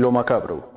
lo macabro.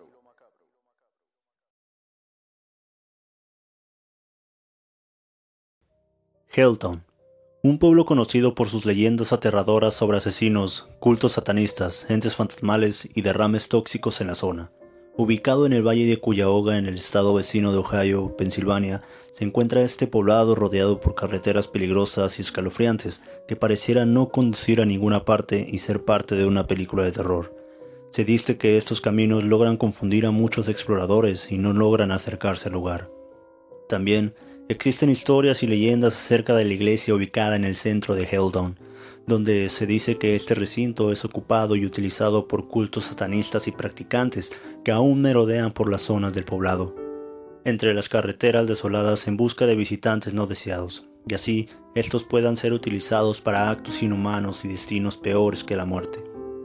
Helltown, un pueblo conocido por sus leyendas aterradoras sobre asesinos, cultos satanistas, entes fantasmales y derrames tóxicos en la zona. Ubicado en el valle de Cuyahoga en el estado vecino de Ohio, Pensilvania, se encuentra este poblado rodeado por carreteras peligrosas y escalofriantes que parecieran no conducir a ninguna parte y ser parte de una película de terror. Se dice que estos caminos logran confundir a muchos exploradores y no logran acercarse al lugar. También existen historias y leyendas acerca de la iglesia ubicada en el centro de Helltown, donde se dice que este recinto es ocupado y utilizado por cultos satanistas y practicantes que aún merodean por las zonas del poblado, entre las carreteras desoladas en busca de visitantes no deseados, y así estos puedan ser utilizados para actos inhumanos y destinos peores que la muerte.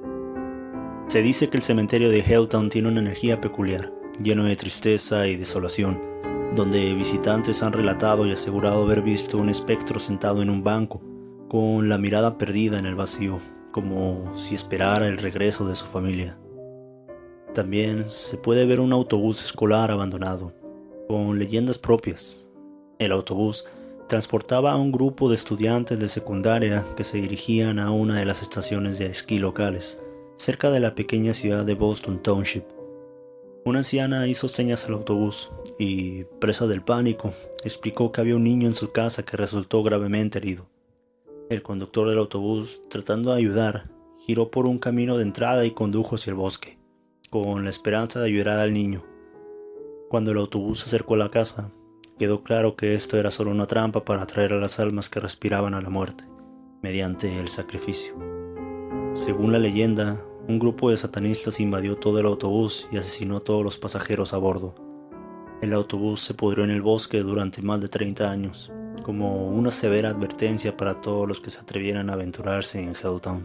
Se dice que el cementerio de Helltown tiene una energía peculiar, lleno de tristeza y desolación, donde visitantes han relatado y asegurado haber visto un espectro sentado en un banco, con la mirada perdida en el vacío, como si esperara el regreso de su familia. También se puede ver un autobús escolar abandonado, con leyendas propias. El autobús transportaba a un grupo de estudiantes de secundaria que se dirigían a una de las estaciones de esquí locales, cerca de la pequeña ciudad de Boston Township. Una anciana hizo señas al autobús y, presa del pánico, explicó que había un niño en su casa que resultó gravemente herido. El conductor del autobús, tratando de ayudar, giró por un camino de entrada y condujo hacia el bosque, con la esperanza de ayudar al niño. Cuando el autobús se acercó a la casa, quedó claro que esto era solo una trampa para atraer a las almas que respiraban a la muerte, mediante el sacrificio. Según la leyenda, un grupo de satanistas invadió todo el autobús y asesinó a todos los pasajeros a bordo. El autobús se pudrió en el bosque durante más de 30 años, como una severa advertencia para todos los que se atrevieran a aventurarse en Helltown.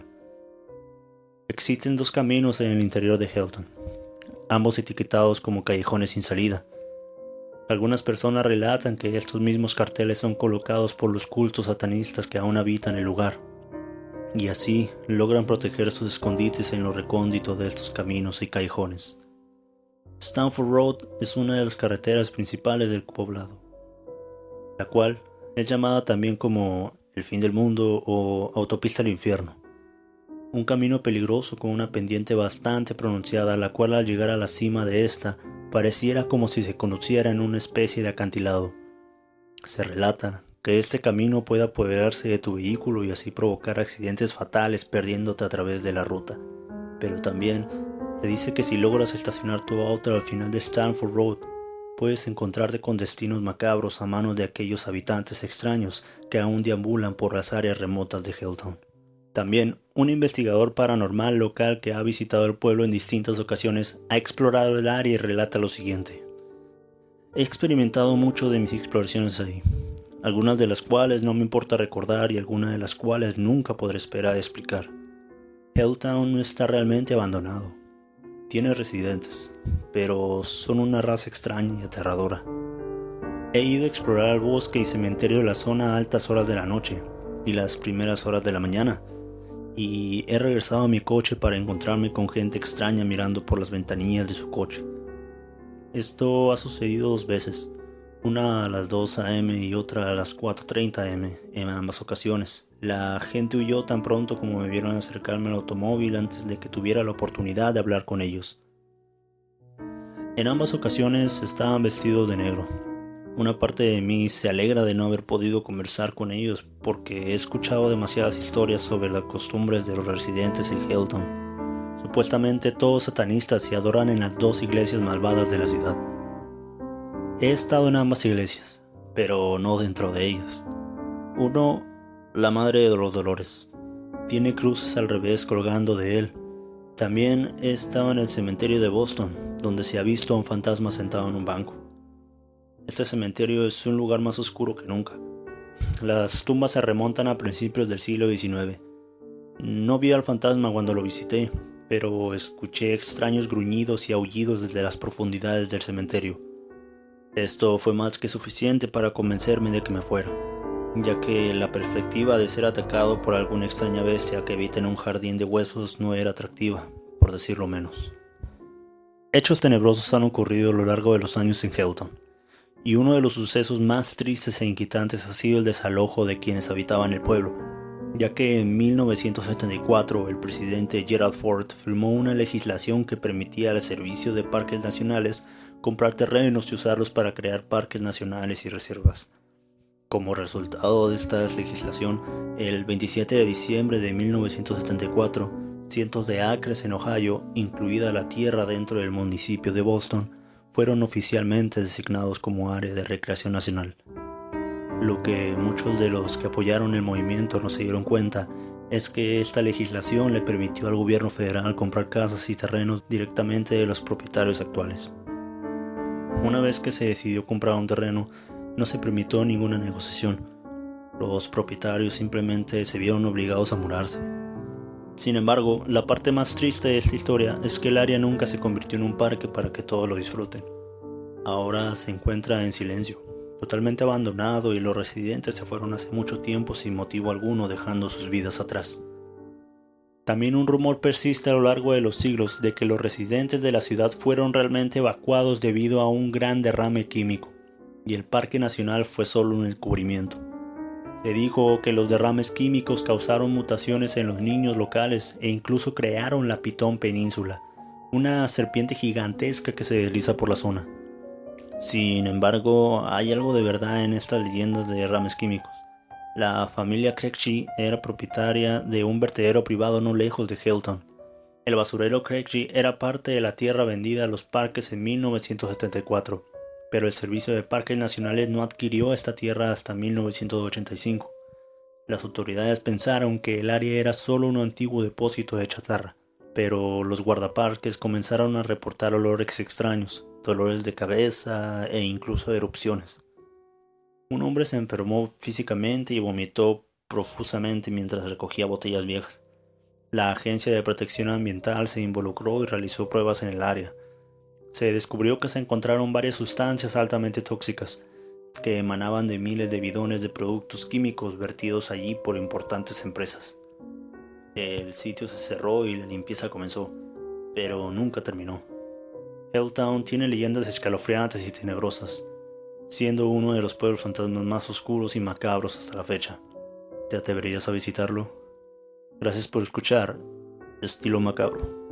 Existen dos caminos en el interior de Helltown, ambos etiquetados como callejones sin salida. Algunas personas relatan que estos mismos carteles son colocados por los cultos satanistas que aún habitan el lugar, y así logran proteger sus escondites en lo recóndito de estos caminos y callejones. Stanford Road es una de las carreteras principales del poblado, la cual es llamada también como el fin del mundo o autopista al infierno. Un camino peligroso con una pendiente bastante pronunciada, la cual al llegar a la cima de esta pareciera como si se conduciera en una especie de acantilado. Se relata que este camino puede apoderarse de tu vehículo y así provocar accidentes fatales perdiéndote a través de la ruta. Pero también se dice que si logras estacionar tu auto al final de Stanford Road, puedes encontrarte con destinos macabros a manos de aquellos habitantes extraños que aún deambulan por las áreas remotas de Helltown. También, un investigador paranormal local que ha visitado el pueblo en distintas ocasiones ha explorado el área y relata lo siguiente. He experimentado mucho de mis exploraciones ahí, algunas de las cuales no me importa recordar y algunas de las cuales nunca podré esperar a explicar. Helltown no está realmente abandonado. Tiene residentes, pero son una raza extraña y aterradora. He ido a explorar el bosque y cementerio de la zona a altas horas de la noche y las primeras horas de la mañana, y he regresado a mi coche para encontrarme con gente extraña mirando por las ventanillas de su coche. Esto ha sucedido 2 veces, una a las 2 a.m. y otra a las 4:30 a.m. en ambas ocasiones. La gente huyó tan pronto como me vieron acercarme al automóvil antes de que tuviera la oportunidad de hablar con ellos. En ambas ocasiones estaban vestidos de negro. Una parte de mí se alegra de no haber podido conversar con ellos porque he escuchado demasiadas historias sobre las costumbres de los residentes en Helltown. Supuestamente todos satanistas y adoran en las 2 iglesias malvadas de la ciudad. He estado en ambas iglesias, pero no dentro de ellas. Uno, la Madre de los Dolores, tiene cruces al revés colgando de él. También he estado en el cementerio de Boston, donde se ha visto a un fantasma sentado en un banco. Este cementerio es un lugar más oscuro que nunca. Las tumbas se remontan a principios del siglo XIX. No vi al fantasma cuando lo visité, pero escuché extraños gruñidos y aullidos desde las profundidades del cementerio. Esto fue más que suficiente para convencerme de que me fuera, ya que la perspectiva de ser atacado por alguna extraña bestia que habita en un jardín de huesos no era atractiva, por decirlo menos. Hechos tenebrosos han ocurrido a lo largo de los años en Helltown, y uno de los sucesos más tristes e inquietantes ha sido el desalojo de quienes habitaban el pueblo, ya que en 1974 el presidente Gerald Ford firmó una legislación que permitía al Servicio de Parques Nacionales comprar terrenos y usarlos para crear parques nacionales y reservas. Como resultado de esta legislación, el 27 de diciembre de 1974, cientos de acres en Ohio, incluida la tierra dentro del municipio de Boston, fueron oficialmente designados como área de recreación nacional. Lo que muchos de los que apoyaron el movimiento no se dieron cuenta es que esta legislación le permitió al gobierno federal comprar casas y terrenos directamente de los propietarios actuales. Una vez que se decidió comprar un terreno, no se permitió ninguna negociación. Los propietarios simplemente se vieron obligados a mudarse. Sin embargo, la parte más triste de esta historia es que el área nunca se convirtió en un parque para que todos lo disfruten. Ahora se encuentra en silencio, totalmente abandonado, y los residentes se fueron hace mucho tiempo sin motivo alguno, dejando sus vidas atrás. También un rumor persiste a lo largo de los siglos de que los residentes de la ciudad fueron realmente evacuados debido a un gran derrame químico, y el Parque Nacional fue solo un encubrimiento. Se dijo que los derrames químicos causaron mutaciones en los niños locales e incluso crearon la Pitón Península, una serpiente gigantesca que se desliza por la zona. Sin embargo, hay algo de verdad en estas leyendas de derrames químicos. La familia Craigie era propietaria de un vertedero privado no lejos de Helltown. El basurero Craigie era parte de la tierra vendida a los parques en 1974. Pero el Servicio de Parques Nacionales no adquirió esta tierra hasta 1985. Las autoridades pensaron que el área era solo un antiguo depósito de chatarra, pero los guardaparques comenzaron a reportar olores extraños, dolores de cabeza e incluso erupciones. Un hombre se enfermó físicamente y vomitó profusamente mientras recogía botellas viejas. La Agencia de Protección Ambiental se involucró y realizó pruebas en el área. Se descubrió que se encontraron varias sustancias altamente tóxicas que emanaban de miles de bidones de productos químicos vertidos allí por importantes empresas. El sitio se cerró y la limpieza comenzó, pero nunca terminó. Helltown tiene leyendas escalofriantes y tenebrosas, siendo uno de los pueblos fantasmas más oscuros y macabros hasta la fecha. ¿Te atreverías a visitarlo? Gracias por escuchar Estilo Macabro.